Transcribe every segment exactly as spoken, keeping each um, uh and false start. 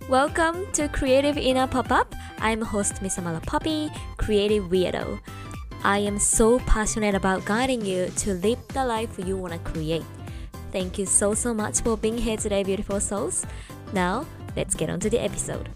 Welcome to Creative Inner Pop-Up. I'm host Miss Amala Poppy, Creative Weirdo. I am so passionate about guiding you to live the life you want to create. Thank you so so much for being here today, beautiful souls. Now, let's get on to the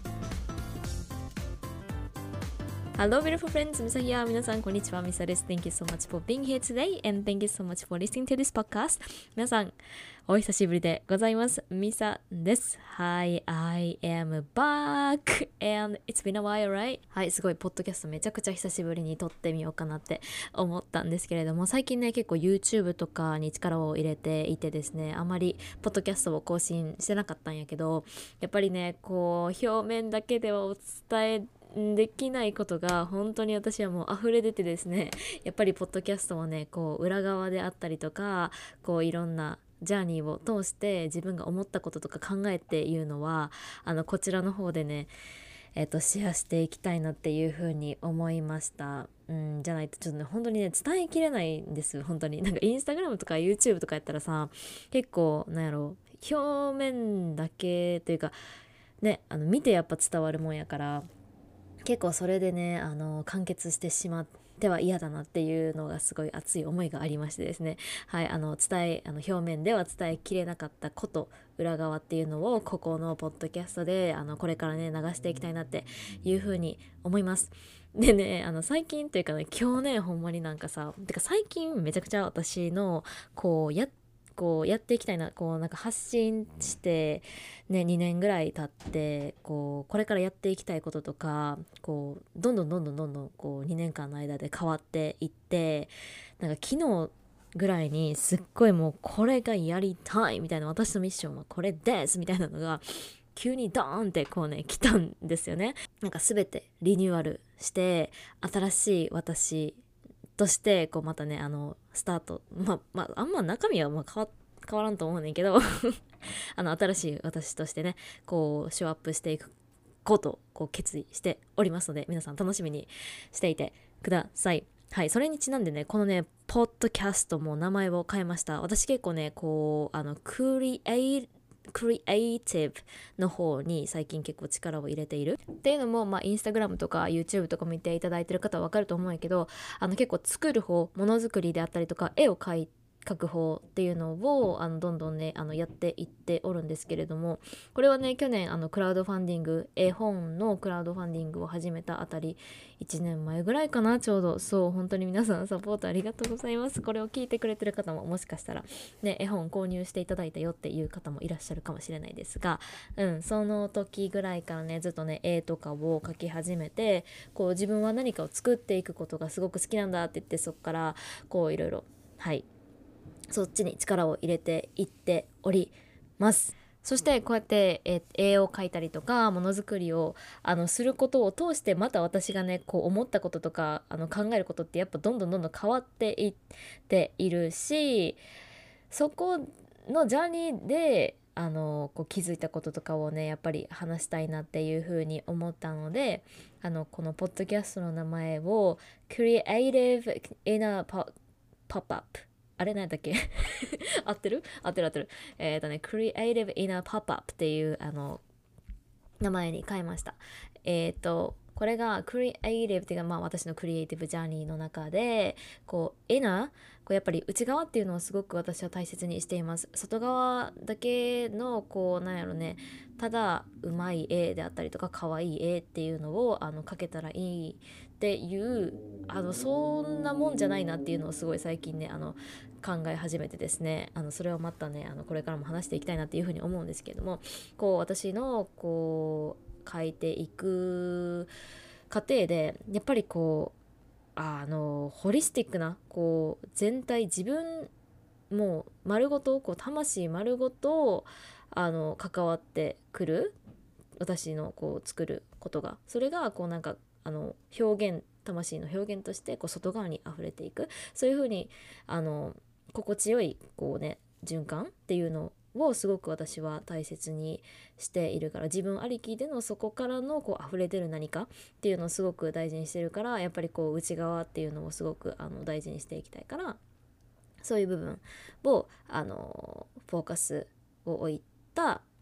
episode.Hello, beautiful friends. Misa here. 皆さん、こんにちは。Misa です。Thank you so much for being here today and thank you so much for listening to this podcast. 皆さん、お久しぶりでございます。Misa です。Hi, I am back and it's been a while, right? はい、すごい、ポッドキャストめちゃくちゃ久しぶりに撮ってみようかなって思ったんですけれども、最近ね、結構 YouTube とかに力を入れていてですね、あまりポッドキャストを更新してなかったんやけど、やっぱりね、こう、表面だけではお伝えできないことが本当に私はもう溢れ出てですね、やっぱりポッドキャストはね、こう裏側であったりとか、こういろんなジャーニーを通して自分が思ったこととか考えっていうのは、あのこちらの方でね、えっとシェアしていきたいなっていうふうに思いました。うん、じゃないとちょっとね、本当にね、伝えきれないんです本当に。なんかインスタグラムとか YouTube とかやったらさ、結構なんやろ、表面だけというかね、あの見てやっぱ伝わるもんやから、結構それでね、あの完結してしまっては嫌だなっていうのがすごい熱い思いがありましてですね、はい、あの伝えあの表面では伝えきれなかったこと裏側っていうのをここのポッドキャストであのこれからね流していきたいなっていうふうに思います。でね、あの最近というかね、今日ね、ほんまになんかさ、てか最近めちゃくちゃ私のこうやってこうやっていきたいな、こうなんか発信してね、にねんぐらい経ってこうこれからやっていきたいこととか、こうどんどんどんどんどんどんこうにねんかんの間で変わっていって、なんか昨日ぐらいにすっごいもうこれがやりたいみたいな、私のミッションはこれですみたいなのが急にドーンってこうね来たんですよね。なんか全てリニューアルして新しい私としてこうまたね、あのスタート、まあまああんま中身はまあ変わ変わらんと思うねんけどあの新しい私としてね、こうショーアップしていくことをこう決意しておりますので、皆さん楽しみにしていてください。はい、それにちなんでね、このねポッドキャストも名前を変えました。私結構ね、こうあのクリエイクリエイティブの方に最近結構力を入れているっていうのも、まあインスタグラムとか YouTube とか見ていただいてる方は分かると思うんやけど、あの結構作る方、ものづくりであったりとか絵を描いて描く方っていうのをあのどんどんねあのやっていっておるんですけれども、これはね去年あのクラウドファンディング、絵本のクラウドファンディングを始めたあたりいちねんまえぐらいかな、ちょうど。そう、本当に皆さんサポートありがとうございます。これを聞いてくれてる方ももしかしたらね、絵本購入していただいたよっていう方もいらっしゃるかもしれないですが、うんその時ぐらいからねずっとね絵とかを描き始めて、こう自分は何かを作っていくことがすごく好きなんだって言って、そこからこういろいろはいそっちに力を入れていっております。そしてこうやってえ絵を描いたりとかものづくりをあのすることを通して、また私がねこう思ったこととかあの考えることってやっぱどんどんどんどん変わっていっているし、そこのジャーニーであのこう気づいたこととかをねやっぱり話したいなっていうふうに思ったので、あのこのポッドキャストの名前を Creative Inner Pop-Up、あれなんだっけ合ってる合ってる合ってる。えっ、ー、とね、Creative Inner Pop-Up っていうあの名前に変えました。えっ、ー、と、これがクリエイティブっていうか、まあ私のクリエイティブジャーニーの中で、こう、inner、こうやっぱり内側っていうのをすごく私は大切にしています。外側だけの、こう、なんやろね、ただうまい絵であったりとか可愛い絵っていうのをあの描けたらいいっていうあのそんなもんじゃないなっていうのをすごい最近ねあの考え始めてですね、あのそれをまたねあのこれからも話していきたいなっていうふうに思うんですけれども、こう私のこう描いていく過程でやっぱりこうあのホリスティックなこう全体自分もう丸ごとこう魂丸ごとあの関わってくる私のこう作ることが、それがこうなんかあの表現魂の表現としてこう外側に溢れていく、そういう風にあの心地よいこうね循環っていうのをすごく私は大切にしているから、自分ありきでのそこからのこう溢れ出る何かっていうのをすごく大事にしてるから、やっぱりこう内側っていうのをすごくあの大事にしていきたいから、そういう部分をあのフォーカスを置いた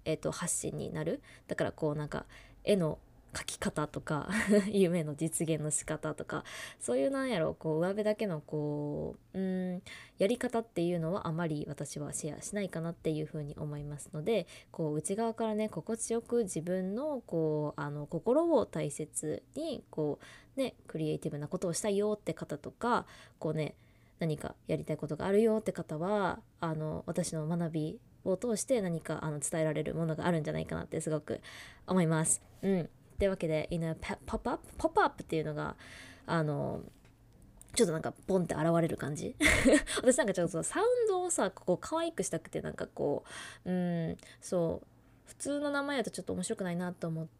えーと、発信になる。だからこうなんか絵の描き方とか夢の実現の仕方とか、そういうなんやろこう上辺だけのこううんやり方っていうのはあまり私はシェアしないかなっていうふうに思いますので、こう内側からね心地よく自分のこうあの心を大切にこうねクリエイティブなことをしたいよって方とか、こうね何かやりたいことがあるよって方はあの私の学びを通して何かあの伝えられるものがあるんじゃないかなってすごく思います。うんというわけで、in a pop-up pop-up っていうのがあのちょっとなんかポンって現れる感じ私なんかちょっとサウンドをさここ可愛くしたくて、なんかこううんそう普通の名前だとちょっと面白くないなと思って、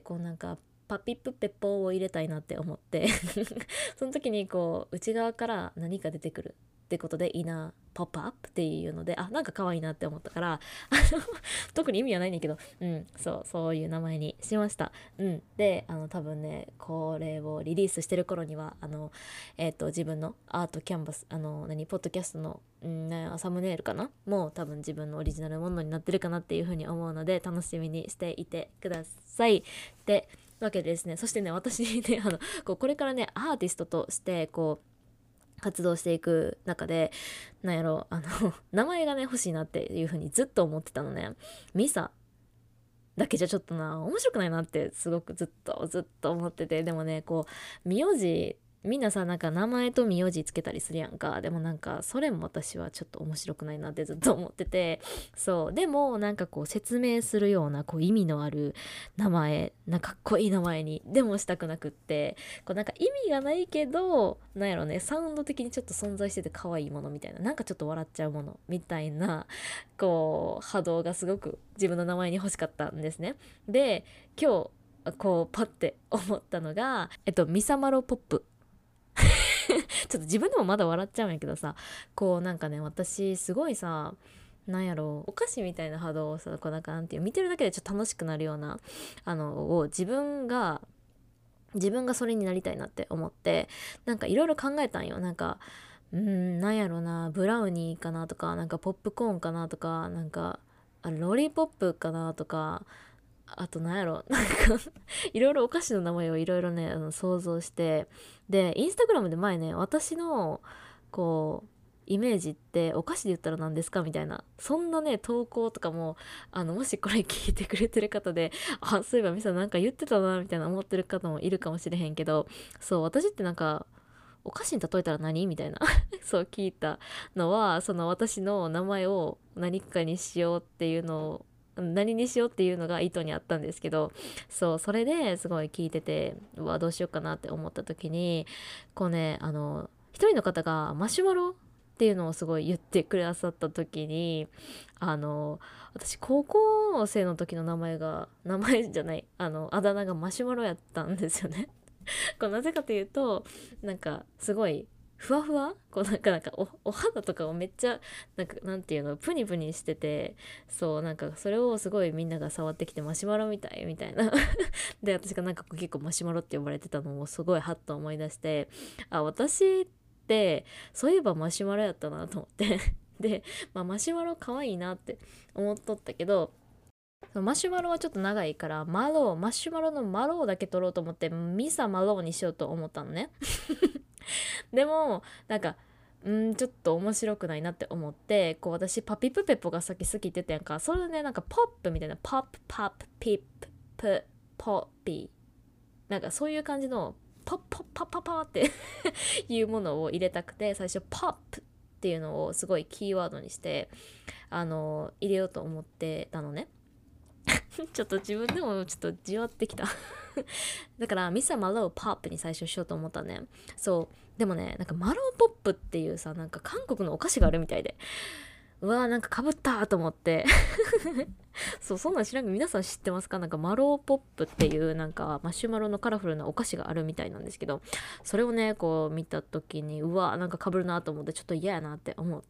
こうなんかパピプペポを入れたいなって思ってその時にこう内側から何か出てくるってことでイナーポップアップっていうので、あなんか可愛いなって思ったからあの特に意味はないんだけど、うんそうそういう名前にしました。うんであの多分ねこれをリリースしてる頃にはあのえっ、ー、と自分のアートキャンバスあの何ポッドキャストの、うんね、サムネイルかなもう多分自分のオリジナルものになってるかなっていうふうに思うので、楽しみにしていてください。でわけでですね、そしてね私ねあのこうこれからねアーティストとしてこう活動していく中でなんやろあの名前がね欲しいなっていう風にずっと思ってたのね。ミサだけじゃちょっとな面白くないなってすごくずっとずっと思ってて、でもねこう名字みんなさなんか名前と名字つけたりするやんか。でもなんかそれも私はちょっと面白くないなってずっと思ってて、そうでもなんかこう説明するようなこう意味のある名前なんかかっこいい名前にでもしたくなくって、こうなんか意味がないけどなんやろねサウンド的にちょっと存在してて可愛いものみたいな、なんかちょっと笑っちゃうものみたいなこう波動がすごく自分の名前に欲しかったんですね。で今日こうパッて思ったのがえっとミサマロポップちょっと自分でもまだ笑っちゃうんやけどさ、こうなんかね私すごいさなんやろうお菓子みたいな波動をさこうなんかなんていう見てるだけでちょっと楽しくなるようなあのを自分が自分がそれになりたいなって思って、なんかいろいろ考えたんよ。なんかうーんなんやろなブラウニーかなとか、なんかポップコーンかなとか、なんかあロリポップかなとか、あとなんやろなんかいろいろお菓子の名前をいろいろねあの想像して、でインスタグラムで前ね私のこうイメージってお菓子で言ったら何ですかみたいなそんなね投稿とかもあのもしこれ聞いてくれてる方であそういえばミサなんか言ってたなみたいな思ってる方もいるかもしれへんけど、そう私ってなんかお菓子に例えたら何みたいなそう聞いたのはその私の名前を何かにしようっていうのを何にしようっていうのが意図にあったんですけど、そうそれですごい聞いててうわどうしようかなって思った時にこうねあの一人の方がマシュマロっていうのをすごい言ってくださった時にあの私高校生の時の名前が名前じゃないあのあだ名がマシュマロやったんですよねこうなぜかというとなんかすごいふわふわこうなんかなんか お, お肌とかをめっちゃなんかなんていうのプニプニしてて、そうなんかそれをすごいみんなが触ってきてマシュマロみたいみたいなで私がなんか結構マシュマロって呼ばれてたのをすごいハッと思い出して、あ私ってそういえばマシュマロやったなと思ってで、まあ、マシュマロ可愛いなって思っとったけどマシュマロはちょっと長いからマローマシュマロのマローだけ取ろうと思ってミサマローにしようと思ったのねでもなんかんちょっと面白くないなって思ってこう私パピプペポがさっき好きって言ったやんか。それでねなんかポップみたいなポップポップピッププポッピーなんかそういう感じのポッポッパッパッパっていうものを入れたくて最初ポップっていうのをすごいキーワードにしてあの入れようと思ってたのねちょっと自分でもちょっとじわってきただからミサマローポップに最初しようと思ったね。そうでもねなんかマローポップっていうさなんか韓国のお菓子があるみたいでうわーなんかかぶったと思ってそうそんなん知らんけど皆さん知ってますか？なんかマローポップっていうなんかマシュマロのカラフルなお菓子があるみたいなんですけど、それをねこう見た時にうわーなんかかぶるなと思ってちょっと嫌やなって思って、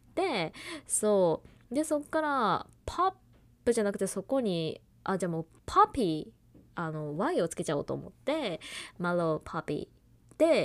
そうでそっからポップじゃなくてそこにあじゃあもうパピーあの Y をつけちゃおうと思ってマローパピーで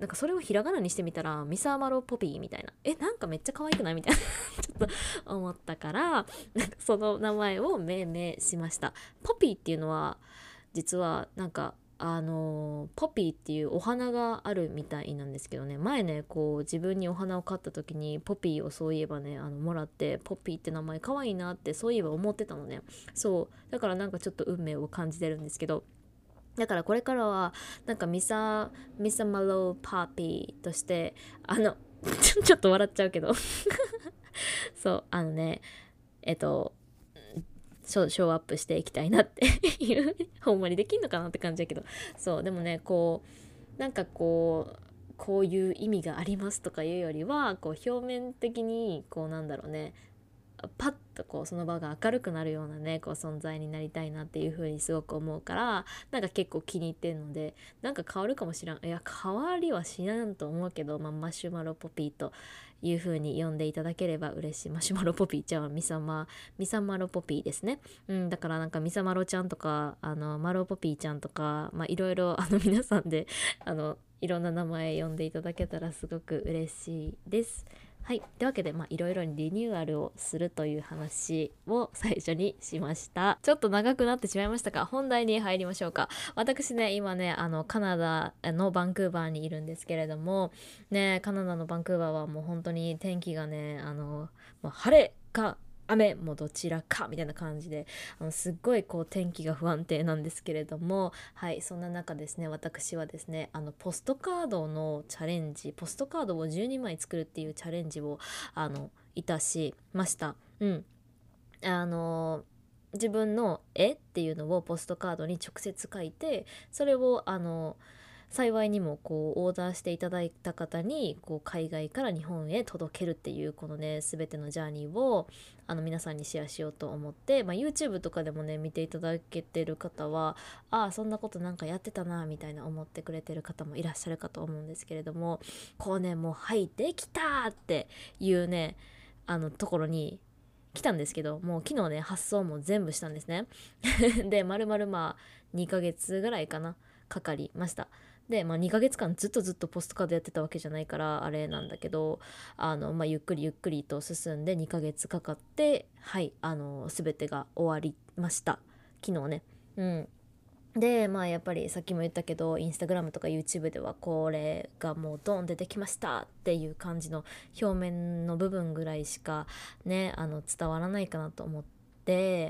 なんかそれをひらがなにしてみたらミサマロポピーみたいな、えなんかめっちゃ可愛くないみたいなちょっと思ったから、なんかその名前を命名しました。ポピーっていうのは実はなんかあのポピーっていうお花があるみたいなんですけどね、前ねこう自分にお花を買った時にポピーをそういえばねあのもらって、ポピーって名前可愛いなってそういえば思ってたのね。そうだからなんかちょっと運命を感じてるんですけど、だからこれからはなんかミサミサマロパピーとしてあのちょっと笑っちゃうけどそうあのねえっとショショーアップしていきたいなっていうほんまにできんのかなって感じだけど、そうでもねこうなんかこうこういう意味がありますとかいうよりは、こう表面的にこうなんだろうね、パッとこうその場が明るくなるようなねこう存在になりたいなっていう風にすごく思うから、なんか結構気に入ってるので、なんか変わるかもしらん、いや変わりはしないと思うけど、まあ、マシュマロポピーという風に呼んでいただければ嬉しい。マシュマロポピーちゃんはミサマミサマロポピーですね。うん、だからなんかミサマロちゃんとかあのマロポピーちゃんとか、まあいろいろあの皆さんであのいろんな名前呼んでいただけたらすごく嬉しいです。はい、というわけで、まあ、いろいろにリニューアルをするという話を最初にしました。ちょっと長くなってしまいましたが、本題に入りましょうか。私ね、今ね、あのカナダのバンクーバーにいるんですけれども、ね、カナダのバンクーバーはもう本当に天気がね、あの、もう晴れか雨もどちらかみたいな感じで、あのすっごいこう天気が不安定なんですけれども、はいそんな中ですね、私はですねあのポストカードのチャレンジポストカードをじゅうにまい作るっていうチャレンジをあのいたしました。うんあの自分の絵っていうのをポストカードに直接書いて、それをあの幸いにもこうオーダーしていただいた方にこう海外から日本へ届けるっていうこのね全てのジャーニーをあの皆さんにシェアしようと思って、まあ、YouTube とかでもね見ていただけてる方はああそんなことなんかやってたなみたいな思ってくれてる方もいらっしゃるかと思うんですけれども、こうねもうはいできたっていうねあのところに来たんですけど、もう昨日ね発送も全部したんですねで丸々まあにかげつぐらいかなかかりました。で、まあ、にかげつかんずっとずっとポストカードやってたわけじゃないからあれなんだけど、あの、まあ、ゆっくりゆっくりと進んでにかげつかかって、はいあの全てが終わりました昨日ね。うんでまあやっぱりさっきも言ったけどインスタグラムとか YouTube ではこれがもうドン出てきましたっていう感じの表面の部分ぐらいしかねあの伝わらないかなと思って、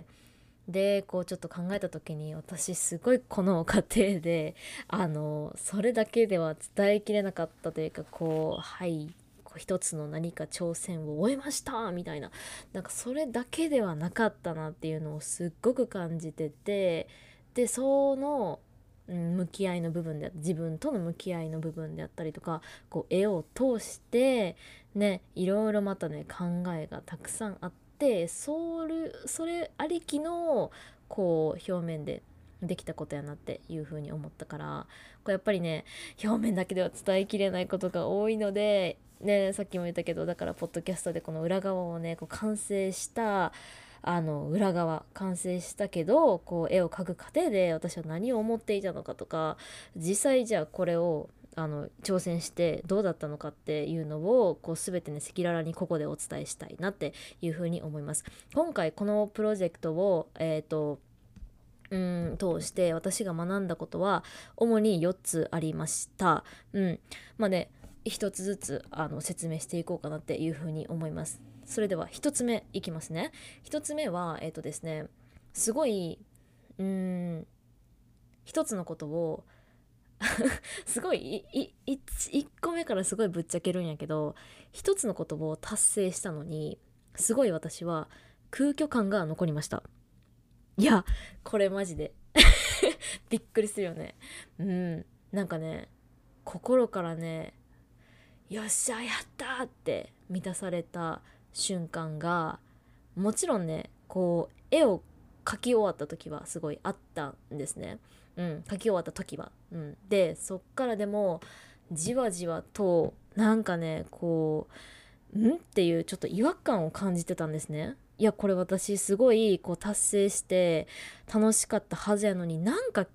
でこうちょっと考えた時に私すごいこの過程であのそれだけでは伝えきれなかったというか、こうはいこう一つの何か挑戦を終えましたみたいな、なんかそれだけではなかったなっていうのをすっごく感じてて、でそのうん向き合いの部分で自分との向き合いの部分であったりとか、こう絵を通してねいろいろまたね考えがたくさんあって、それそれありきのこう表面でできたことやなっていう風に思ったから、これやっぱりね表面だけでは伝えきれないことが多いのでね、さっきも言ったけどだからポッドキャストでこの裏側をねこう完成したあの裏側完成したけどこう絵を描く過程で私は何を思っていたのかとか、実際じゃあこれをあの挑戦してどうだったのかっていうのをこう全てね赤裸々にここでお伝えしたいなっていうふうに思います。今回このプロジェクトをえっ、ー、とうん通して私が学んだことは主によっつありました。うんまあね一つずつあの説明していこうかなっていうふうに思います。それでは一つ目いきますね。一つ目はえっ、ー、とですねすごいうーん一つのことをすごいいいいいっこめからすごいぶっちゃけるんやけど、一つのことを達成したのにすごい私は空虚感が残りました。いやこれマジでびっくりするよね。うんなんかね心からねよっしゃやったって満たされた瞬間がもちろんねこう絵を描き終わった時はすごいあったんですね。うん、描き終わった時は、うん、でそっからでもじわじわとなんかねこうんっていうちょっと違和感を感じてたんですね。いやこれ私すごいこう達成して楽しかったはずやのに、なんか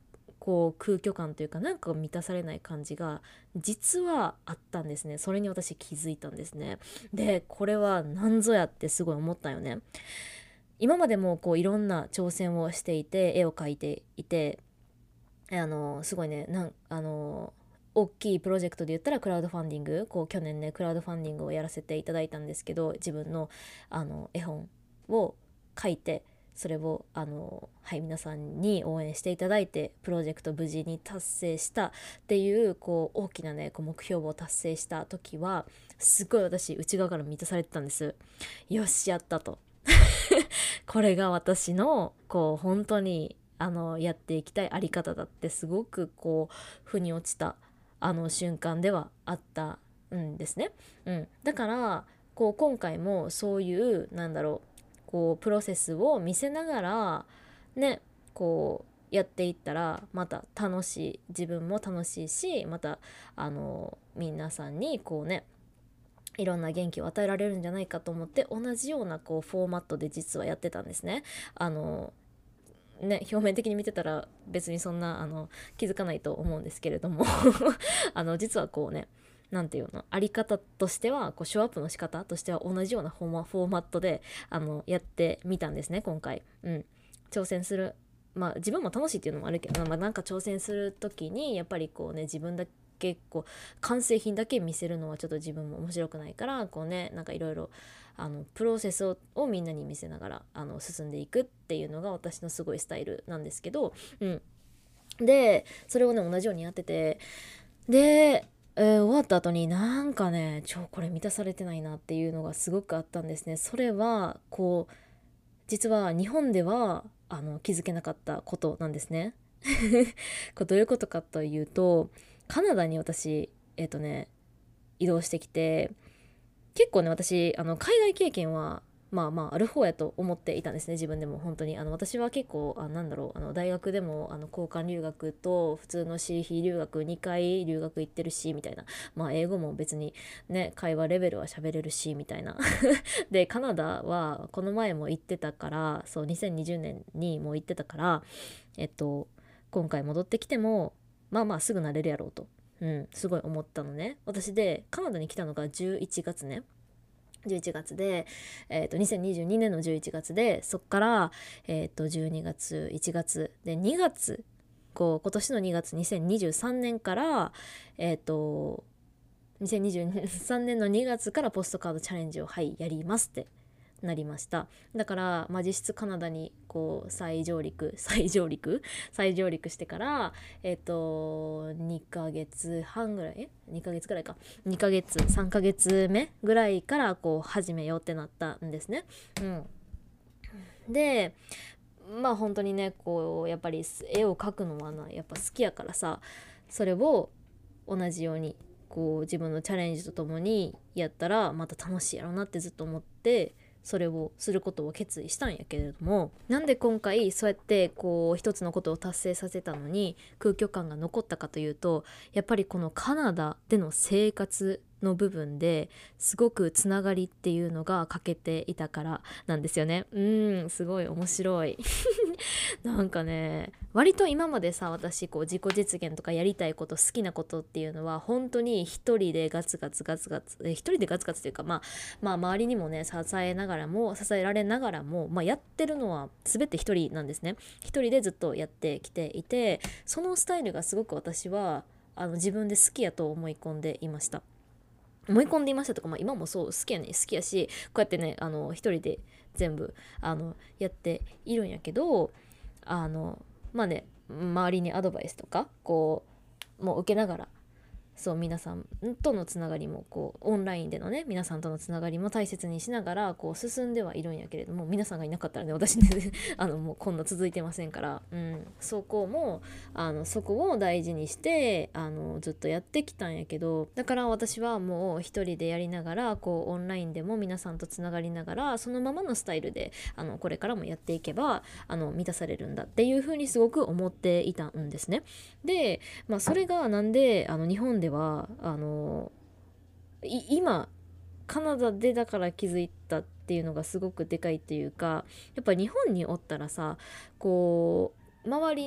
こう空虚感というかなんか満たされない感じが実はあったんですね。それに私気づいたんですね。でこれは何ぞやってすごい思ったよね。今までもこういろんな挑戦をしていて絵を描いていて、あのすごいねなんあの大きいプロジェクトで言ったらクラウドファンディング、こう去年ねクラウドファンディングをやらせていただいたんですけど、自分のあの絵本を書いて、それをあの、はい、皆さんに応援していただいてプロジェクト無事に達成したっていう、こう大きなねこう目標を達成した時はすごい私内側から満たされてたんです。よしやったとこれが私のこう本当にあのやっていきたいあり方だってすごくこう腑に落ちたあの瞬間ではあったんですね。うん、だからこう今回もそういうなんだろうこうプロセスを見せながらねこうやっていったらまた楽しい、自分も楽しいし、またあの皆さんにこうねいろんな元気を与えられるんじゃないかと思って同じようなこうフォーマットで実はやってたんですね。あのね表面的に見てたら別にそんなあの気づかないと思うんですけれどもあの実はこうねなんていうのあり方としてはこうショーアップの仕方としては同じようなフォーマ、フォーマットであのやってみたんですね今回。うん、挑戦する、まあ自分も楽しいっていうのもあるけど、まあ、なんか挑戦する時にやっぱりこうね自分だけ結構完成品だけ見せるのはちょっと自分も面白くないから、こうねなんかいろいろあのプロセスををみんなに見せながらあの進んでいくっていうのが私のすごいスタイルなんですけど、うん、でそれをね同じようにやってて、で、えー終わった後になんかねちょこれ満たされてないなっていうのがすごくあったんですね。それはこう実は日本ではあの気づけなかったことなんですね。これどういうことかというと、カナダに私えっ、とね移動してきて、結構ね私あの海外経験はまあまあある方やと思っていたんですね。自分でも本当にあの私は結構あなんだろうあの大学でもあの交換留学と普通の私費留学にかい留学行ってるしみたいな、まあ英語も別にね会話レベルは喋れるしみたいなでカナダはこの前も行ってたから、そうにせんにじゅうねんにも行ってたから、えっと今回戻ってきてもまあまあすぐ慣れるやろうと、うん、すごい思ったのね。私でカナダに来たのがじゅういちがつね、じゅういちがつで、えー、とにせんにじゅうにねんのじゅういちがつで、そっから、えー、とじゅうにがついちがつでにがつ、こう今年のにがつにせんにじゅうさんねんから、えっ、とにせんにじゅうさんねんのにがつからポストカードチャレンジをはいやりますってなりました。だから、まあ、実質カナダにこう再上陸再上陸再上陸してからえっ、とにかげつはんぐらいえにかげつぐらいかにかげつさんかげつめぐらいからこう始めようってなったんですね。うん、でまあ本当にねこうやっぱり絵を描くのはなやっぱ好きやからさ、それを同じようにこう自分のチャレンジとともにやったらまた楽しいやろうなってずっと思って、それをすることを決意したんやけれども、なんで今回そうやってこう一つのことを達成させたのに空虚感が残ったかというと、やっぱりこのカナダでの生活の部分ですごくつながりっていうのが欠けていたからなんですよね。うんすごい面白いなんかね割と今までさ私こう自己実現とかやりたいこと好きなことっていうのは本当に一人でガツガツガツガツ一人でガツガツというか、まあ、まあ周りにもね支えながらも支えられながらも、まあ、やってるのは全て一人なんですね。一人でずっとやってきていて、そのスタイルがすごく私はあの自分で好きやと思い込んでいました。思い込んでいましたとか、まあ、今もそう好きやね好きやし、こうやってねあの一人で全部あのやっているんやけど、あのまあね周りにアドバイスとかこうもう受けながら、そう皆さんとのつながりもこうオンラインでのね皆さんとのつながりも大切にしながらこう進んではいるんやけれども、皆さんがいなかったらね私ねあのもうこんな続いてませんから、うん、そこもあのそこを大事にしてあのずっとやってきたんやけど、だから私はもう一人でやりながらこうオンラインでも皆さんとつながりながらそのままのスタイルであのこれからもやっていけばあの満たされるんだっていうふうにすごく思っていたんですね。で、まあ、それがなんであの日本ではあの今カナダでだから気づいたっていうのがすごくでかいっていうか、やっぱ日本におったらさこう周り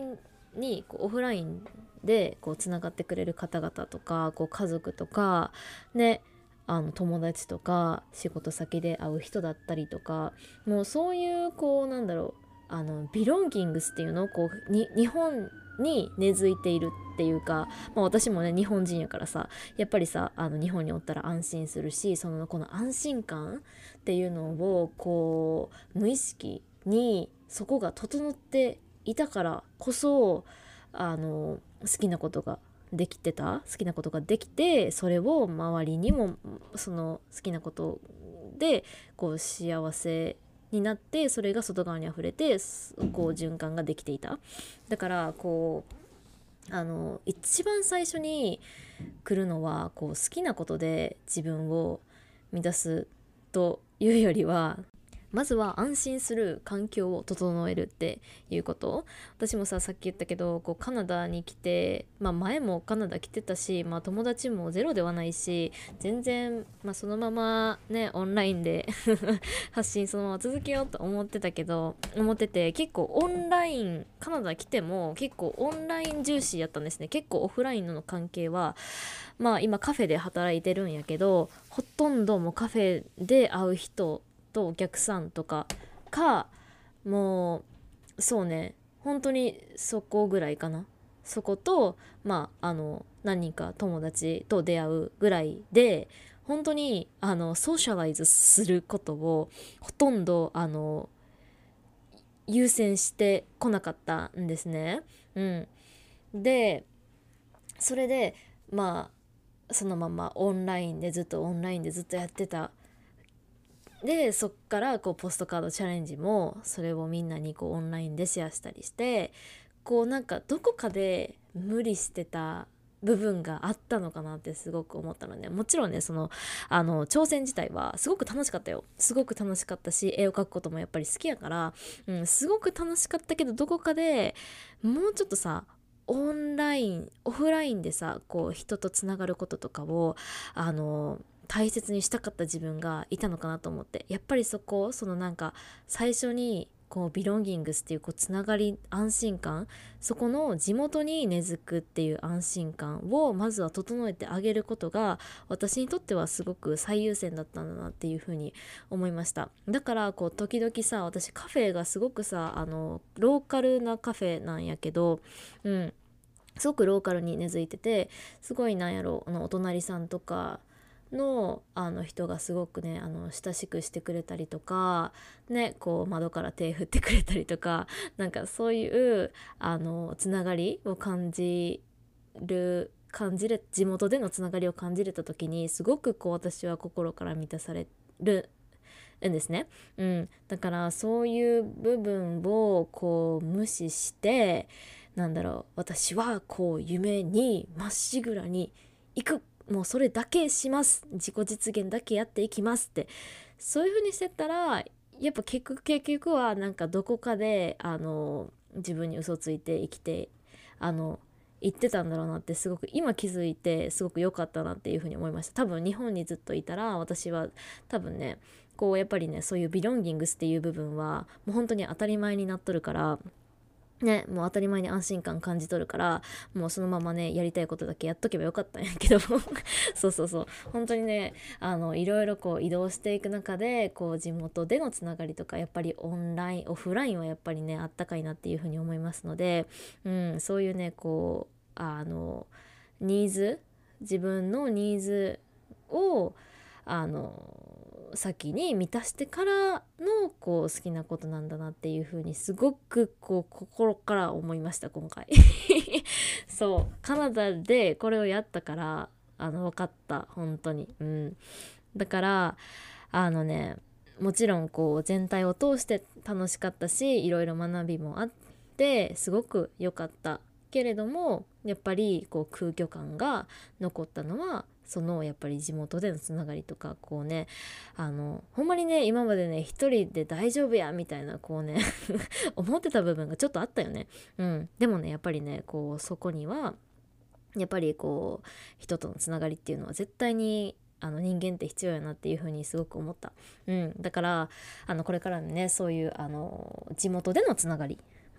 にこうオフラインでこうつながってくれる方々とか、こう家族とかね、あの友達とか仕事先で会う人だったりとか、もうそういうこうなんだろう、あのビロンギングスっていうのをこうに日本に根付いているっていうか、まあ、私もね日本人やからさ、やっぱりさあの日本におったら安心するし、そのこの安心感っていうのをこう無意識にそこが整っていたからこそ、あの好きなことができてた好きなことができて、それを周りにもその好きなことでこう幸せになって、それが外側にあふれてこう循環ができていた。だからこうあの一番最初に来るのはこう好きなことで自分を満たすというよりは、まずは安心する環境を整えるっていうこと。私もささっき言ったけどこうカナダに来て、まあ、前もカナダ来てたし、まあ、友達もゼロではないし、全然、まあ、そのままねオンラインで発信そのまま続けようと思ってたけど思ってて、結構オンラインカナダ来ても結構オンライン重視やったんですね。結構オフラインの関係は、まあ今カフェで働いてるんやけど、ほとんどもうカフェで会う人とお客さんとかか、もうそうね本当にそこぐらいかな。そことまああの何人か友達と出会うぐらいで、本当にあのソーシャライズすることをほとんどあの優先してこなかったんですね。うん、でそれでまあそのままオンラインでずっとオンラインでずっとやってた。でそっからこうポストカードチャレンジもそれをみんなにこうオンラインでシェアしたりして、こうなんかどこかで無理してた部分があったのかなってすごく思ったのね。もちろんねそのあの挑戦自体はすごく楽しかったよ。すごく楽しかったし、絵を描くこともやっぱり好きやから、うん、すごく楽しかったけど、どこかでもうちょっとさオンラインオフラインでさこう人とつながることとかをあの大切にしたかった自分がいたのかなと思って、やっぱりそこそのなんか最初にこうビロンギングスっていうこうつながり安心感、そこの地元に根付くっていう安心感をまずは整えてあげることが私にとってはすごく最優先だったんだなっていうふうに思いました。だからこう時々さ、私カフェがすごくさあのローカルなカフェなんやけど、うんすごくローカルに根付いてて、すごいなんやろあのお隣さんとかのあの人がすごくねあの親しくしてくれたりとかね、こう窓から手振ってくれたりとか、なんかそういうあのつながりを感じる感じる地元でのつながりを感じれた時に、すごくこう私は心から満たされるんですね。うん、だからそういう部分をこう無視して、なんだろう、私はこう夢にまっしぐらに行く、もうそれだけします、自己実現だけやっていきますって、そういう風にしてったらやっぱ結局結局はなんかどこかであの自分に嘘ついて生きてあの言ってたんだろうなって、すごく今気づいてすごく良かったなっていう風に思いました。多分日本にずっといたら私は多分ねこうやっぱりねそういうビロンギングスっていう部分はもう本当に当たり前になっとるからね、もう当たり前に安心感感じ取るから、もうそのままねやりたいことだけやっとけばよかったんやけどそうそうそう、本当にねあのいろいろこう移動していく中でこう地元でのつながりとか、やっぱりオンラインオフラインはやっぱりねあったかいなっていうふうに思いますので、うん、そういうねこうあのニーズ自分のニーズをあの先に満たしてからのこう好きなことなんだなっていう風にすごくこう心から思いました今回そうカナダでこれをやったからあの分かった、本当に。うん、だからあのねもちろんこう全体を通して楽しかったし、いろいろ学びもあってすごく良かったけれども、やっぱりこう空虚感が残ったのはそのやっぱり地元でのつながりとか、こうねあのほんまにね今までね一人で大丈夫やみたいなこうね思ってた部分がちょっとあったよね。うん、でもねやっぱりねこうそこにはやっぱりこう人とのつながりっていうのは絶対にあの人間って必要やなっていう風にすごく思った。うん、だからあのこれからねそういうあの地元でのつながり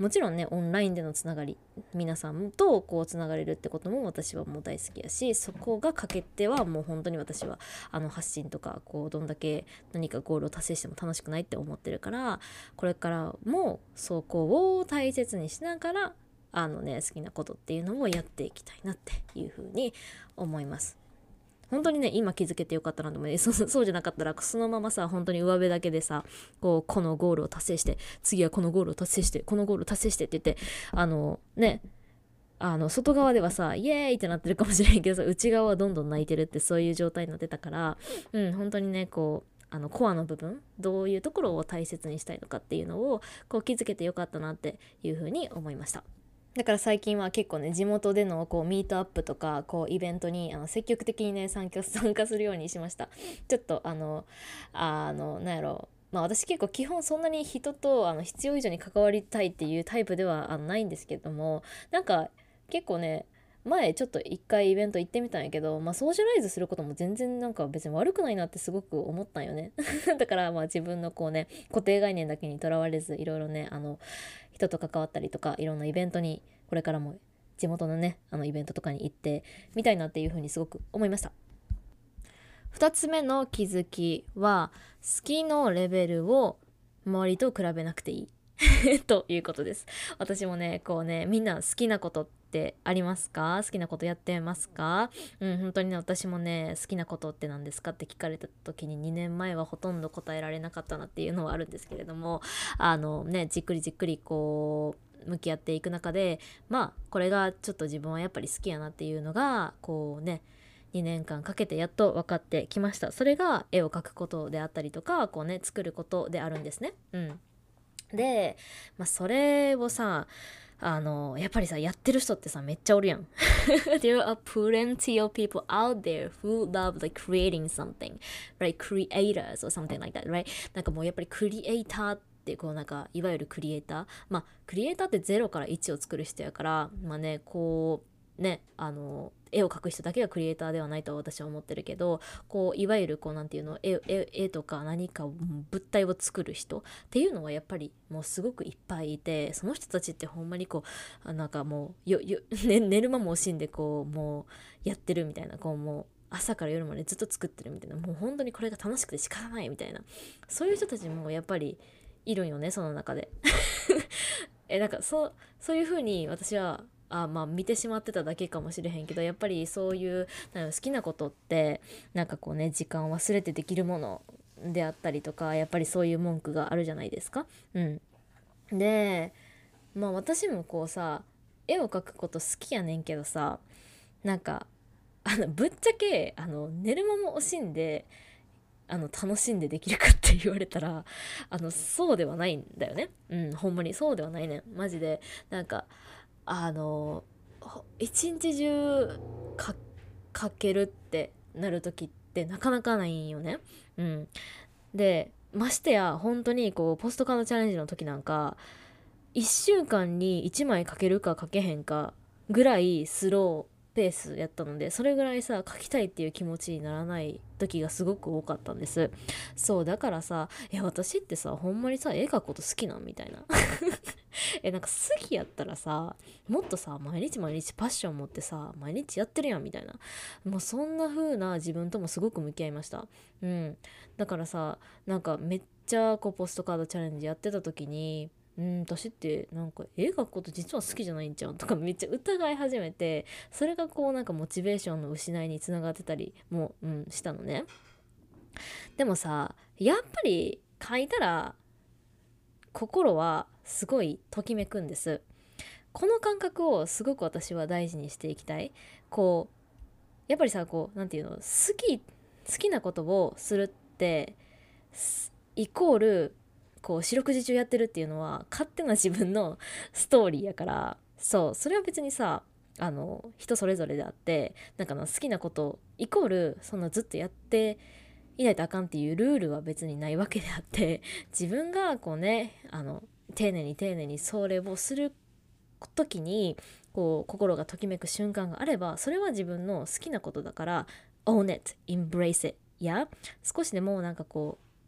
もちろんねオンラインでのつながり、皆さんとこうつながれるってことも私はもう大好きやし、そこが欠けてはもう本当に私はあの発信とかこうどんだけ何かゴールを達成しても楽しくないって思ってるから、これからもそこを大切にしながらあのね好きなことっていうのもやっていきたいなっていうふうに思います。本当にね今気づけてよかったなと思う。そそうじゃなかったらそのままさ本当に上辺だけでさこうこのゴールを達成して、次はこのゴールを達成して、このゴールを達成してって言ってあのねあの外側ではさイエーイってなってるかもしれんけどさ、内側はどんどん泣いてるってそういう状態になってたから、うん本当にねこうあのコアの部分、どういうところを大切にしたいのかっていうのをこう気づけてよかったなっていうふうに思いました。だから最近は結構ね地元でのこうミートアップとかこうイベントにあの積極的にね参加参加するようにしました。ちょっとあのあのなんやろまあ私結構基本そんなに人とあの必要以上に関わりたいっていうタイプではあのないんですけども、なんか結構ね前ちょっと一回イベント行ってみたんやけど、まあソーシャライズすることも全然なんか別に悪くないなってすごく思ったんよねだからまあ自分のこうね固定概念だけにとらわれず、いろいろねあの人と関わったりとかいろんなイベントにこれからも地元のねあのイベントとかに行ってみたいなっていうふうにすごく思いました。ふたつめの気づきは好きのレベルを周りと比べなくていいということです。私もねこうねみんな好きなことってありますか？好きなことやってますか？うん本当にね私もね好きなことって何ですかって聞かれた時ににねんまえはほとんど答えられなかったなっていうのはあるんですけれども、あのねじっくりじっくりこう向き合っていく中で、まあこれがちょっと自分はやっぱり好きやなっていうのがこうねにねんかんかけてやっと分かってきました。それが絵を描くことであったりとかこうね作ることであるんですね。うんで、まあ、それをさあのやっぱりさやってる人ってさめっちゃおるやんThere are plenty of people out there who love like creating something, right? Creators or something like that, right? なんかもうやっぱりクリエイターってこうなんかいわゆるクリエイター、まあクリエイターってゼロからいちを作る人やからまあねこうねあの絵を描く人だけがクリエイターではないと私は思ってるけど、こういわゆるこうなんていうの 絵, 絵, 絵とか何か物体を作る人っていうのはやっぱりもうすごくいっぱいいて、その人たちってほんまにこうなんかもうよよ、ね、寝る間も惜しんでこうもうやってるみたいな、こうもう朝から夜までずっと作ってるみたいな、もう本当にこれが楽しくて仕方ないみたいな、そういう人たちもやっぱりいるんよねその中でえなんかそうそういう風に私はあまあ見てしまってただけかもしれへんけど、やっぱりそういうなんか好きなことってなんかこうね時間を忘れてできるものであったりとか、やっぱりそういう文句があるじゃないですか。うんでまあ私もこうさ絵を描くこと好きやねんけどさ、なんかあのぶっちゃけあの寝る間も惜しんであの楽しんでできるかって言われたらあのそうではないんだよね。うんほんまにそうではないねんマジで。なんかあの一日中かかけるってなる時ってなかなかないんよね。うんでましてや本当にこうポストカードチャレンジの時なんかいっしゅうかんにいちまい書けるか書けへんかぐらいスローペースやったので、それぐらいさ書きたいっていう気持ちにならない時がすごく多かったんです。そうだからさえ私ってさほんまにさ絵描くこと好きなんみたいなえなんか好きやったらさもっとさ毎日毎日パッション持ってさ毎日やってるやんみたいな、もうそんな風な自分ともすごく向き合いました。うんだからさなんかめっちゃこうポストカードチャレンジやってた時にうん私ってなんか絵描くこと実は好きじゃないんちゃうとかめっちゃ疑い始めて、それがこうなんかモチベーションの失いにつながってたりも、うん、したのね。でもさやっぱり描いたら心はすごいときめくんです。この感覚をすごく私は大事にしていきたい。こうやっぱりさこうなんていうの好き好きなことをするってイコールこう四六時中やってるっていうのは勝手な自分のストーリーやから、そうそれは別にさあの人それぞれであって、なんかの好きなことイコールそんなずっとやっていないとあかんっていうルールは別にないわけであって、自分がこうねあの丁寧に丁寧にそれをする時にこう心がときめく瞬間があれば、それは自分の好きなことだから own it, embrace it いや少しでもなんかこ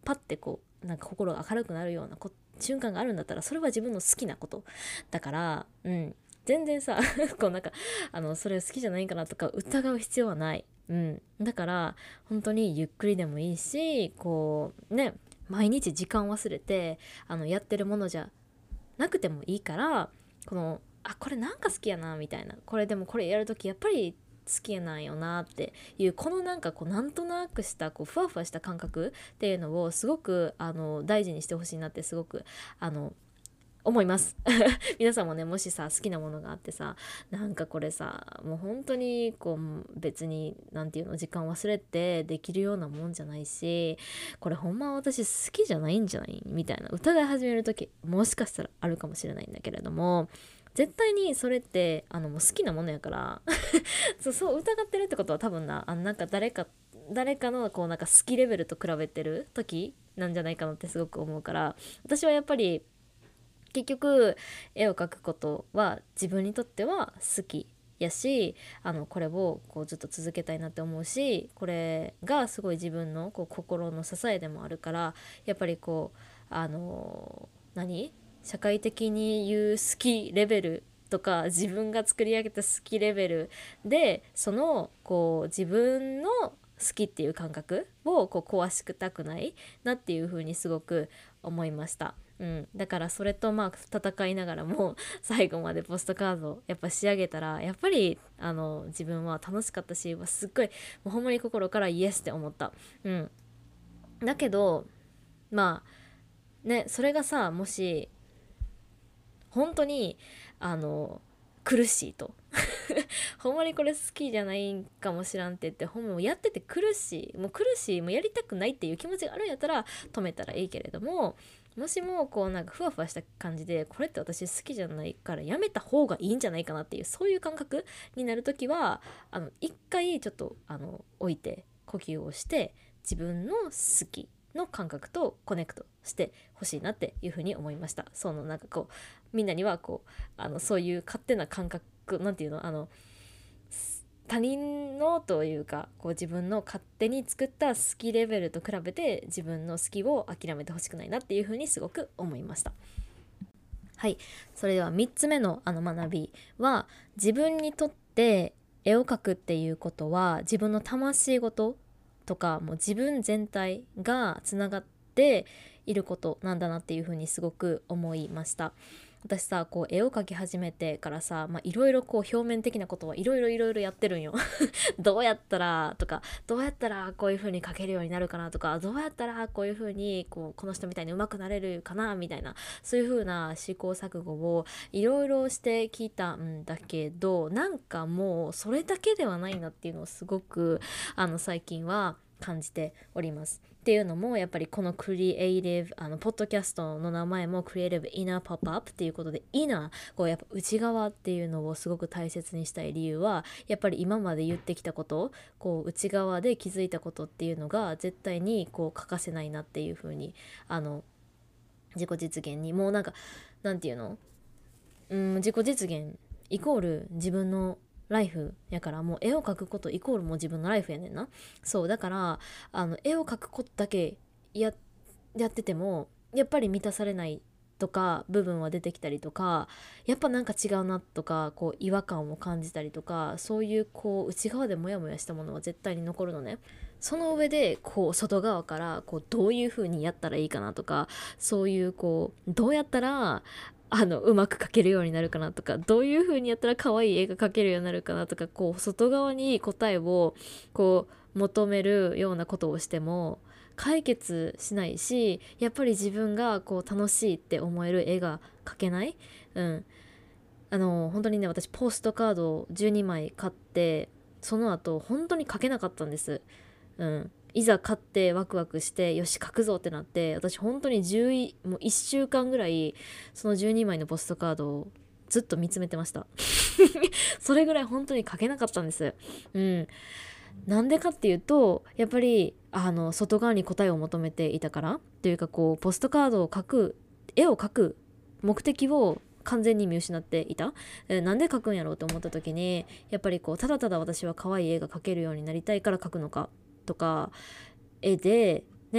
パッてこうなんか心が明るくなるようなこ瞬間があるんだったら、それは自分の好きなことだから、うん、全然さこうなんかあのそれ好きじゃないんかなとか疑う必要はない。うん、だから本当にゆっくりでもいいし、こうね、毎日時間忘れてあのやってるものじゃなくてもいいから、このあこれなんか好きやなみたいな、これでもこれやるときやっぱり好きなんよなっていう、このなんかこうなんとなくしたこうふわふわした感覚っていうのをすごくあの大事にしてほしいなってすごくあの思います皆さんもね、もしさ好きなものがあってさ、なんかこれさもう本当にこう別になんていうの、時間忘れてできるようなもんじゃないし、これほんま私好きじゃないんじゃないみたいな疑い始める時もしかしたらあるかもしれないんだけれども、絶対にそれってあのもう好きなものやからそうそう疑ってるってことは多分な、あのなんか誰か誰かのこうなんか好きレベルと比べてる時なんじゃないかなってすごく思うから、私はやっぱり結局絵を描くことは自分にとっては好きやし、あのこれをこうずっと続けたいなって思うし、これがすごい自分のこう心の支えでもあるから、やっぱりこうあの何社会的に言う好きレベルとか、自分が作り上げた好きレベルで、そのこう自分の好きっていう感覚をこう壊したくないなっていう風にすごく思いました。うん、だからそれとまあ戦いながらも最後までポストカードをやっぱ仕上げたら、やっぱりあの自分は楽しかったし、すっごいもうほんまに心からイエスって思った。うん、だけどまあね、それがさ、もし本当にあの苦しいとほんまにこれ好きじゃないんかもしらんって言って、ほんまやってて苦しい、もう苦しい、もうやりたくないっていう気持ちがあるんやったら止めたらいいけれども、もしもこうなんかふわふわした感じで、これって私好きじゃないからやめた方がいいんじゃないかなっていう、そういう感覚になるときは、あの一回ちょっとあの置いて呼吸をして、自分の好きの感覚とコネクトしてほしいなっていうふうに思いました。そのなんかこうみんなにはこうあのそういう勝手な感覚なんていうの、あの他人のというかこう自分の勝手に作った好きレベルと比べて自分の好きを諦めてほしくないなっていうふうにすごく思いました。はい、それではみっつめのあの学びは、自分にとって絵を描くっていうことは自分の魂ごととかもう自分全体がつながっていることなんだなっていうふうにすごく思いました。私さこう絵を描き始めてからさ、いろいろこう表面的なことはいろいろいろいろやってるんよどうやったらとか、どうやったらこういう風に描けるようになるかなとか、どうやったらこういう風にこうこの人みたいに上手くなれるかなみたいな、そういう風な試行錯誤をいろいろしてきたんだけど、なんかもうそれだけではないなっていうのをすごくあの最近は感じております。っていうのもやっぱりこのクリエイティブあのポッドキャストの名前もクリエイティブイナーポップアップっていうことで、イナーこうやっぱ内側っていうのをすごく大切にしたい理由は、やっぱり今まで言ってきたこと、こう内側で気づいたことっていうのが絶対にこう欠かせないなっていう風に、あの自己実現にもうなんかなんていうの、うん自己実現イコール自分のライフやから、もう絵を描くことイコールもう自分のライフやねんな。そうだからあの絵を描くことだけややっててもやっぱり満たされないとか部分は出てきたりとか、やっぱなんか違うなとかこう違和感を感じたりとか、そういうこう内側でモヤモヤしたものは絶対に残るのね。その上でこう外側からこうどういう風にやったらいいかなとか、そういうこうどうやったらあのうまく描けるようになるかなとか、どういう風にやったら可愛い絵が描けるようになるかなとか、こう外側に答えをこう求めるようなことをしても解決しないし、やっぱり自分がこう楽しいって思える絵が描けない。うんあの本当にね、私ポストカードじゅうにまい買ってその後本当に描けなかったんです。うんいざ買ってワクワクしてよし書くぞってなって、私本当にじゅうもういっしゅうかんぐらいそのじゅうにまいのポストカードをずっと見つめてましたそれぐらい本当に書けなかったんです。うんなんでかっていうと、やっぱりあの外側に答えを求めていたからというか、こうポストカードを描く絵を描く目的を完全に見失っていた。えなんで描くんやろうと思った時に、やっぱりこうただただ私は可愛い絵が描けるようになりたいから描くのかとか、絵でね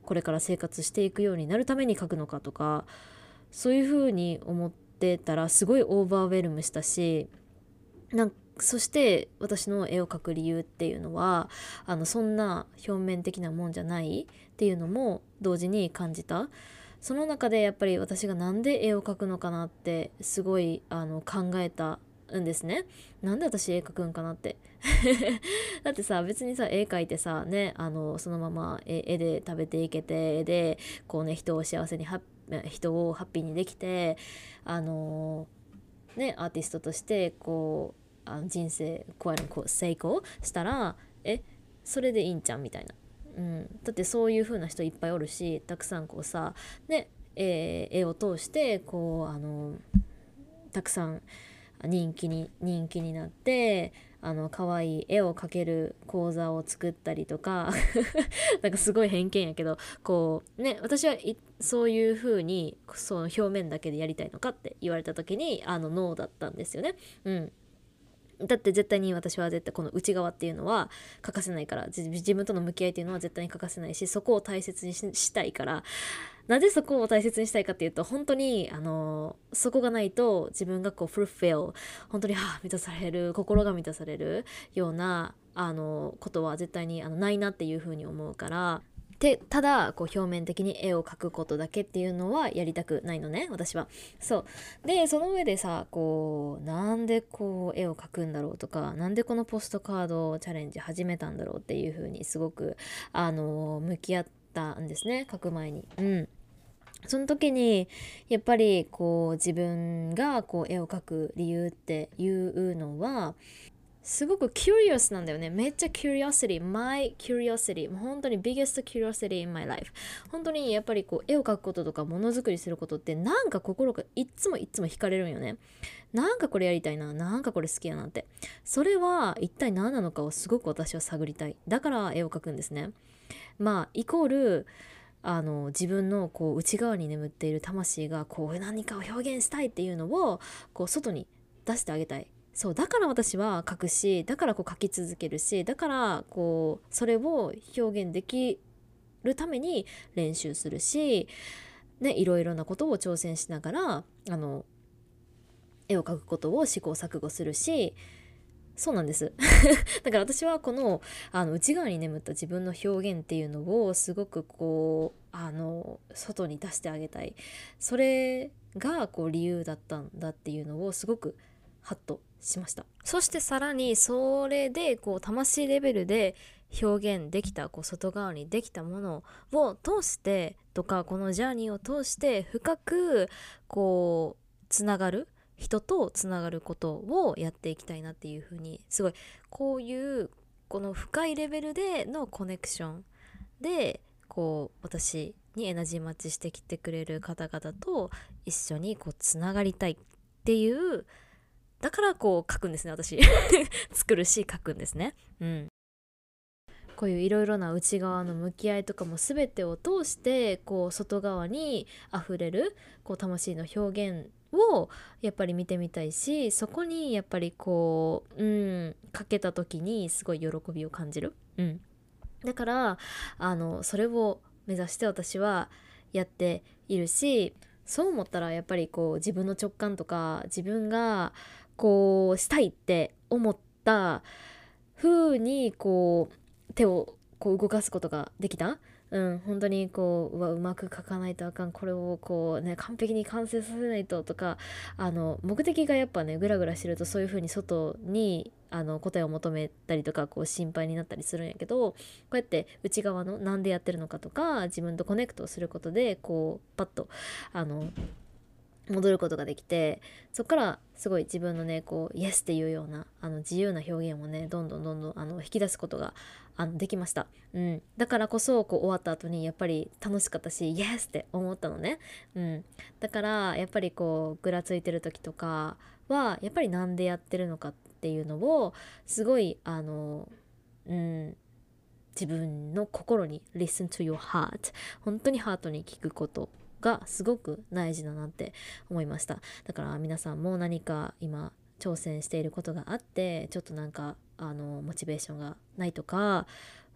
これから生活していくようになるために描くのかとか、そういう風に思ってたらすごいオーバーウェルムしたし、なんそして私の絵を描く理由っていうのはあのそんな表面的なもんじゃないっていうのも同時に感じた。その中でやっぱり私がなんで絵を描くのかなってすごいあの考えたんですね。なんで私絵描くんかなってだってさ、別にさ絵描いてさね、あのそのまま絵絵で食べていけて、絵でこうね人を幸せにハッ人をハッピーにできて、あのねアーティストとしてこうあの人生こうこう成功したらえそれでいいんちゃんみたいな、うん、だってそういう風な人いっぱいおるし、たくさんこうさね、えー絵を通してこうあのたくさん人気に人気になってあの可愛い絵を描ける講座を作ったりとかなんかすごい偏見やけど、こうね私はいそういう風にその表面だけでやりたいのかって言われた時にあのノーだったんですよね。うん、だって絶対に私は絶対この内側っていうのは欠かせないから、自自分との向き合いっていうのは絶対に欠かせないし、そこを大切に し, したいから。なぜそこを大切にしたいかっていうと、本当にあのそこがないと自分がこうフルフィル、本当にはあ満たされる、心が満たされるようなあのことは絶対にあのないなっていうふうに思うから、でただこう表面的に絵を描くことだけっていうのはやりたくないのね、私は。そうで、その上でさ、こうなんでこう絵を描くんだろうとか、なんでこのポストカードチャレンジ始めたんだろうっていうふうにすごくあの向き合ったんですね、描く前に。うんその時にやっぱりこう自分がこう絵を描く理由っていうのはすごく curious なんだよね。めっちゃ curiosity my curiosity もう本当に biggest curiosity in my life。 本当にやっぱりこう絵を描くこととかものづくりすることってなんか心がいっつもいっつも惹かれるんよね。なんかこれやりたいな、なんかこれ好きやなって、それは一体何なのかをすごく私は探りたい。だから絵を描くんですね。まあイコールあの自分のこう内側に眠っている魂がこう何かを表現したいっていうのをこう外に出してあげたい。そうだから私は書くし、だからこう書き続けるし、だからこうそれを表現できるために練習するし、ね、いろいろなことを挑戦しながらあの絵を描くことを試行錯誤するし、そうなんですだから私はこの、あの内側に眠った自分の表現っていうのをすごくこうあの外に出してあげたい。それがこう理由だったんだっていうのをすごくハッとしました。そしてさらにそれでこう魂レベルで表現できたこう外側にできたものを通してとか、このジャーニーを通して深くこうつながる人とつながることをやっていきたいなっていうふうに、すごいこういうこの深いレベルでのコネクションでこう私にエナジーマッチしてきてくれる方々と一緒にこうつながりたいっていう、だからこう書くんですね、私作るし書くんですね。うんこういういろいろな内側の向き合いとかも全てを通してこう外側にあふれるこう魂の表現をやっぱり見てみたいし、そこにやっぱりこううんかけた時にすごい喜びを感じる。うんだからあのそれを目指して私はやっているし、そう思ったらやっぱりこう自分の直感とか自分がこうしたいって思った風にこう手をこう動かすことができた。うん本当にこううわうまく書かないとあかん、これをこうね完璧に完成させないととか、あの目的がやっぱねグラグラしてるとそういう風に外にあの答えを求めたりとかこう心配になったりするんやけど、こうやって内側のなんでやってるのかとか自分とコネクトすることでこうパッとあの戻ることができて、そこからすごい自分のねこうイエスっていうようなあの自由な表現をねどんどんどんどんあの引き出すことがあのできました。うん、だからこそこう終わった後にやっぱり楽しかったしイエスって思ったのね。うん、だからやっぱりこうぐらついてる時とかはやっぱりなんでやってるのかっていうのをすごいあのうん自分の心に listen to your heart 本当にハートに聞くことがすごく大事だなって思いました。だから皆さんも何か今挑戦していることがあってちょっとなんかあのモチベーションがないとか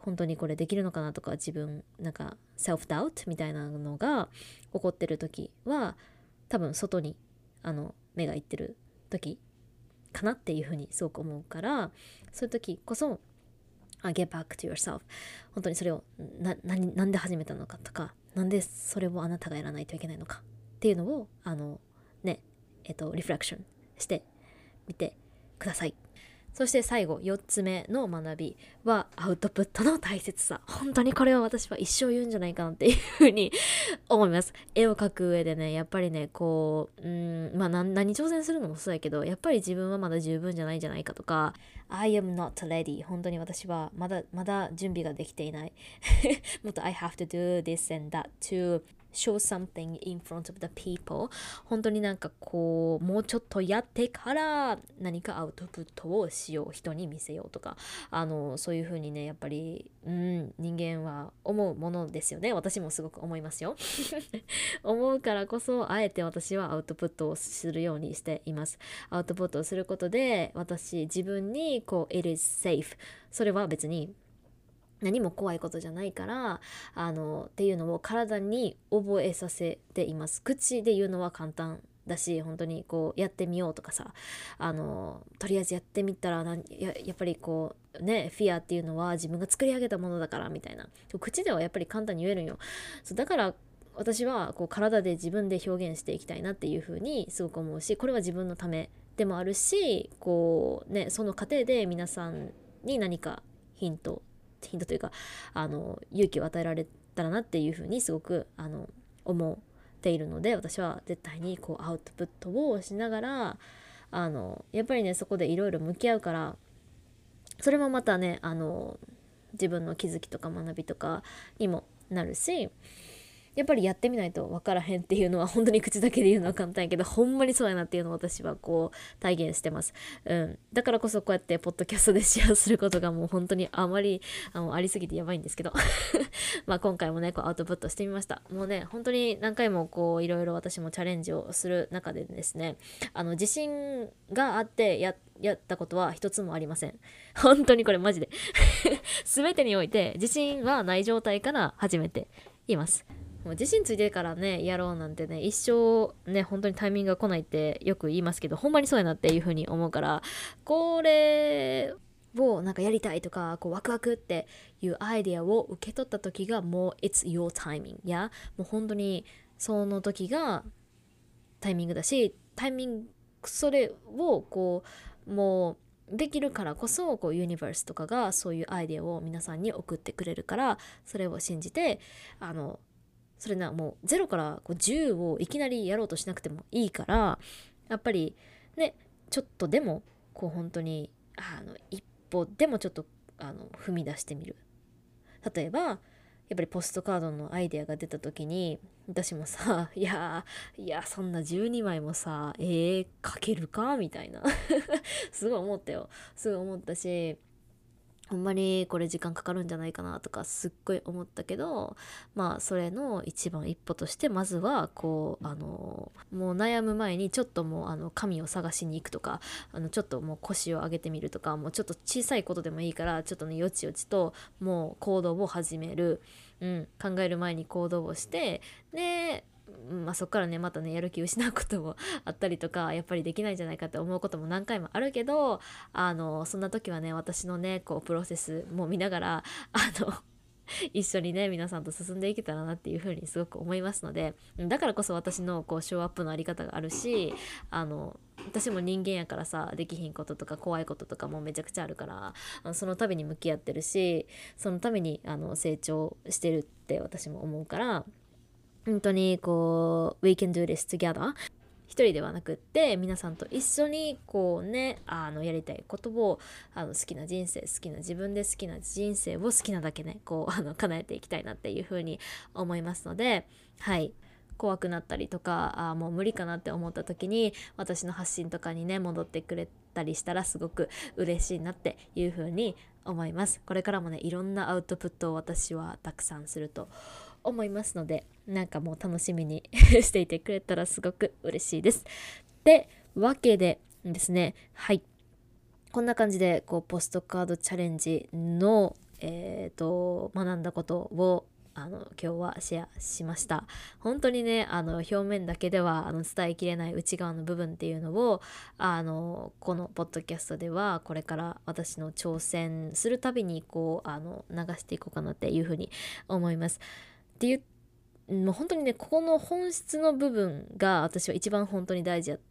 本当にこれできるのかなとか、自分なんかセルフダウトみたいなのが起こってる時は多分外にあの目がいってる時かなっていうふうにすごく思うから、そういう時こそget back to yourself、 本当にそれを な, な, なんで始めたのかとか、なんでそれをあなたがやらないといけないのかっていうのをあのねえっとリフレクションしてみてください。そして最後よっつめの学びはアウトプットの大切さ。本当にこれは私は一生言うんじゃないかなっていうふうに思います。絵を描く上でね、やっぱりねこううーんまあ 何, 何挑戦するのもそうやけど、やっぱり自分はまだ十分じゃないんじゃないかとか、 I am not ready、 本当に私はまだまだ準備ができていないもっと I have to do this and that to show something in front of the people、 本当になんかこうもうちょっとやってから何かアウトプットをしよう、人に見せようとか、あのそういう風にねやっぱり、うん、人間は思うものですよね。私もすごく思いますよ思うからこそあえて私はアウトプットをするようにしています。アウトプットをすることで私自分にこう it is safe、 それは別に何も怖いことじゃないからあのっていうのを体に覚えさせています。口で言うのは簡単だし、本当にこうやってみようとかさ、あのとりあえずやってみたらなん や, やっぱりこうねフィアっていうのは自分が作り上げたものだからみたいな、口ではやっぱり簡単に言えるんよ。そうだから私はこう体で自分で表現していきたいなっていう風にすごく思うし、これは自分のためでもあるし、こうねその過程で皆さんに何かヒントヒントというかあの勇気を与えられたらなっていうふうにすごくあの思っているので、私は絶対にこうアウトプットをしながらあのやっぱりねそこでいろいろ向き合うから、それもまたねあの自分の気づきとか学びとかにもなるし、やっぱりやってみないと分からへんっていうのは本当に口だけで言うのは簡単やけど、ほんまにそうやなっていうのを私はこう体現してます、うん、だからこそこうやってポッドキャストでシェアすることがもう本当にあまり あ, のありすぎてやばいんですけどまあ今回もねこうアウトプットしてみました。もうね本当に何回もこういろいろ私もチャレンジをする中でですね、あの自信があってややったことは一つもありません。本当にこれマジで全てにおいて自信はない状態から始めています。もう自信ついてからねやろうなんてね一生ね本当にタイミングが来ないってよく言いますけど、ほんまにそうやなっていう風に思うから、これをなんかやりたいとかこうワクワクっていうアイデアを受け取った時がもう It's your timing やもう本当にその時がタイミングだし、タイミングそれをこうもうできるからこそこうユニバースとかがそういうアイデアを皆さんに送ってくれるから、それを信じてあのそれなもうゼロからこうじゅうをいきなりやろうとしなくてもいいから、やっぱりねちょっとでもこう本当にあの一歩でもちょっとあの踏み出してみる。例えばやっぱりポストカードのアイデアが出た時に私もさいやいやそんなじゅうにまいもさえー、書けるかみたいなすごい思ったよ。すごい思ったし、ほんまにこれ時間かかるんじゃないかなとかすっごい思ったけど、まあそれの一番一歩としてまずはこうあのもう悩む前にちょっともうあの紙を探しに行くとか、あのちょっともう腰を上げてみるとか、もうちょっと小さいことでもいいからちょっとねよちよちともう行動を始める、うん、考える前に行動をしてでまあ、そっからねまたねやる気失うこともあったりとか、やっぱりできないんじゃないかって思うことも何回もあるけど、あのそんな時はね私のねこうプロセスも見ながらあの一緒にね皆さんと進んでいけたらなっていうふうにすごく思いますので、だからこそ私のこうショーアップのあり方があるし、あの私も人間やからさできひんこととか怖いこととかもめちゃくちゃあるから、あのその度に向き合ってるし、そのためにあの成長してるって私も思うから、本当にこう We can do this together、 一人ではなくって皆さんと一緒にこうねあのやりたいことをあの好きな人生好きな自分で好きな人生を好きなだけねこうあの叶えていきたいなっていうふうに思いますので、はい怖くなったりとかあもう無理かなって思った時に私の発信とかにね戻ってくれたりしたらすごく嬉しいなっていうふうに思います。これからもねいろんなアウトプットを私はたくさんすると思いますので、なんかもう楽しみにしていてくれたらすごく嬉しいです。ってわけでですね、はいこんな感じでこうポストカードチャレンジのえーと、学んだことをあの今日はシェアしました。本当にね、あの表面だけではあの伝えきれない内側の部分っていうのをあのこのポッドキャストではこれから私の挑戦するたびにこうあの流していこうかなっていうふうに思います。っていうもう本当にね、ここの本質の部分が私は一番本当に大事やって、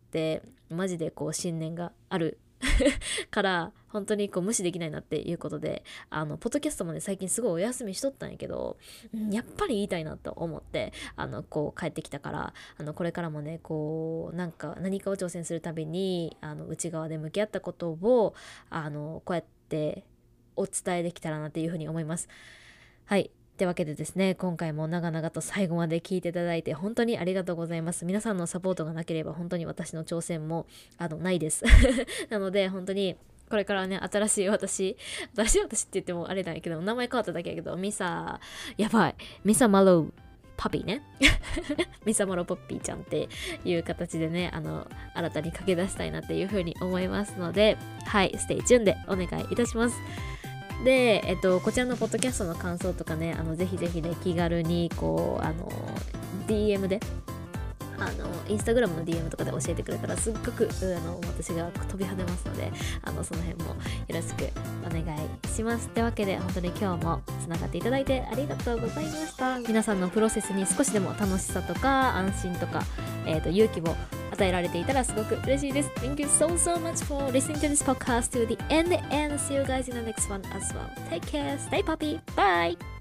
マジでこう信念があるから本当にこう無視できないなっていうことで、あのポッドキャストもね最近すごいお休みしとったんやけど、やっぱり言いたいなと思ってあのこう帰ってきたから、あのこれからもねこうなんか何かを挑戦するたびにあの内側で向き合ったことをあのこうやってお伝えできたらなっていうふうに思います。はい。ってわけでですね、今回も長々と最後まで聞いていただいて本当にありがとうございます。皆さんのサポートがなければ本当に私の挑戦もあのないですなので本当にこれからね、新しい私新しい私って言ってもあれだけど、名前変わっただけやけど、ミサやばいミサマローパピーねミサマロポッピーちゃんっていう形でね、あの新たに駆け出したいなっていうふうに思いますので、はい、ステイチューンでお願いいたします。で、えっと、こちらのポッドキャストの感想とかね、あのぜひぜひね、気軽にこうあの ディーエム であのインスタグラムの ディーエム とかで教えてくれたらすっごくあの私が飛び跳ねますので、あのその辺もよろしくお願いします。ってわけで本当に今日もつながっていただいてありがとうございました。皆さんのプロセスに少しでも楽しさとか安心とか、えー、と勇気を与えられていたらすごく嬉しいです。Thank you so so much for listening to this podcast to the end and see you guys in the next one as well. Take care, stay poppy, bye!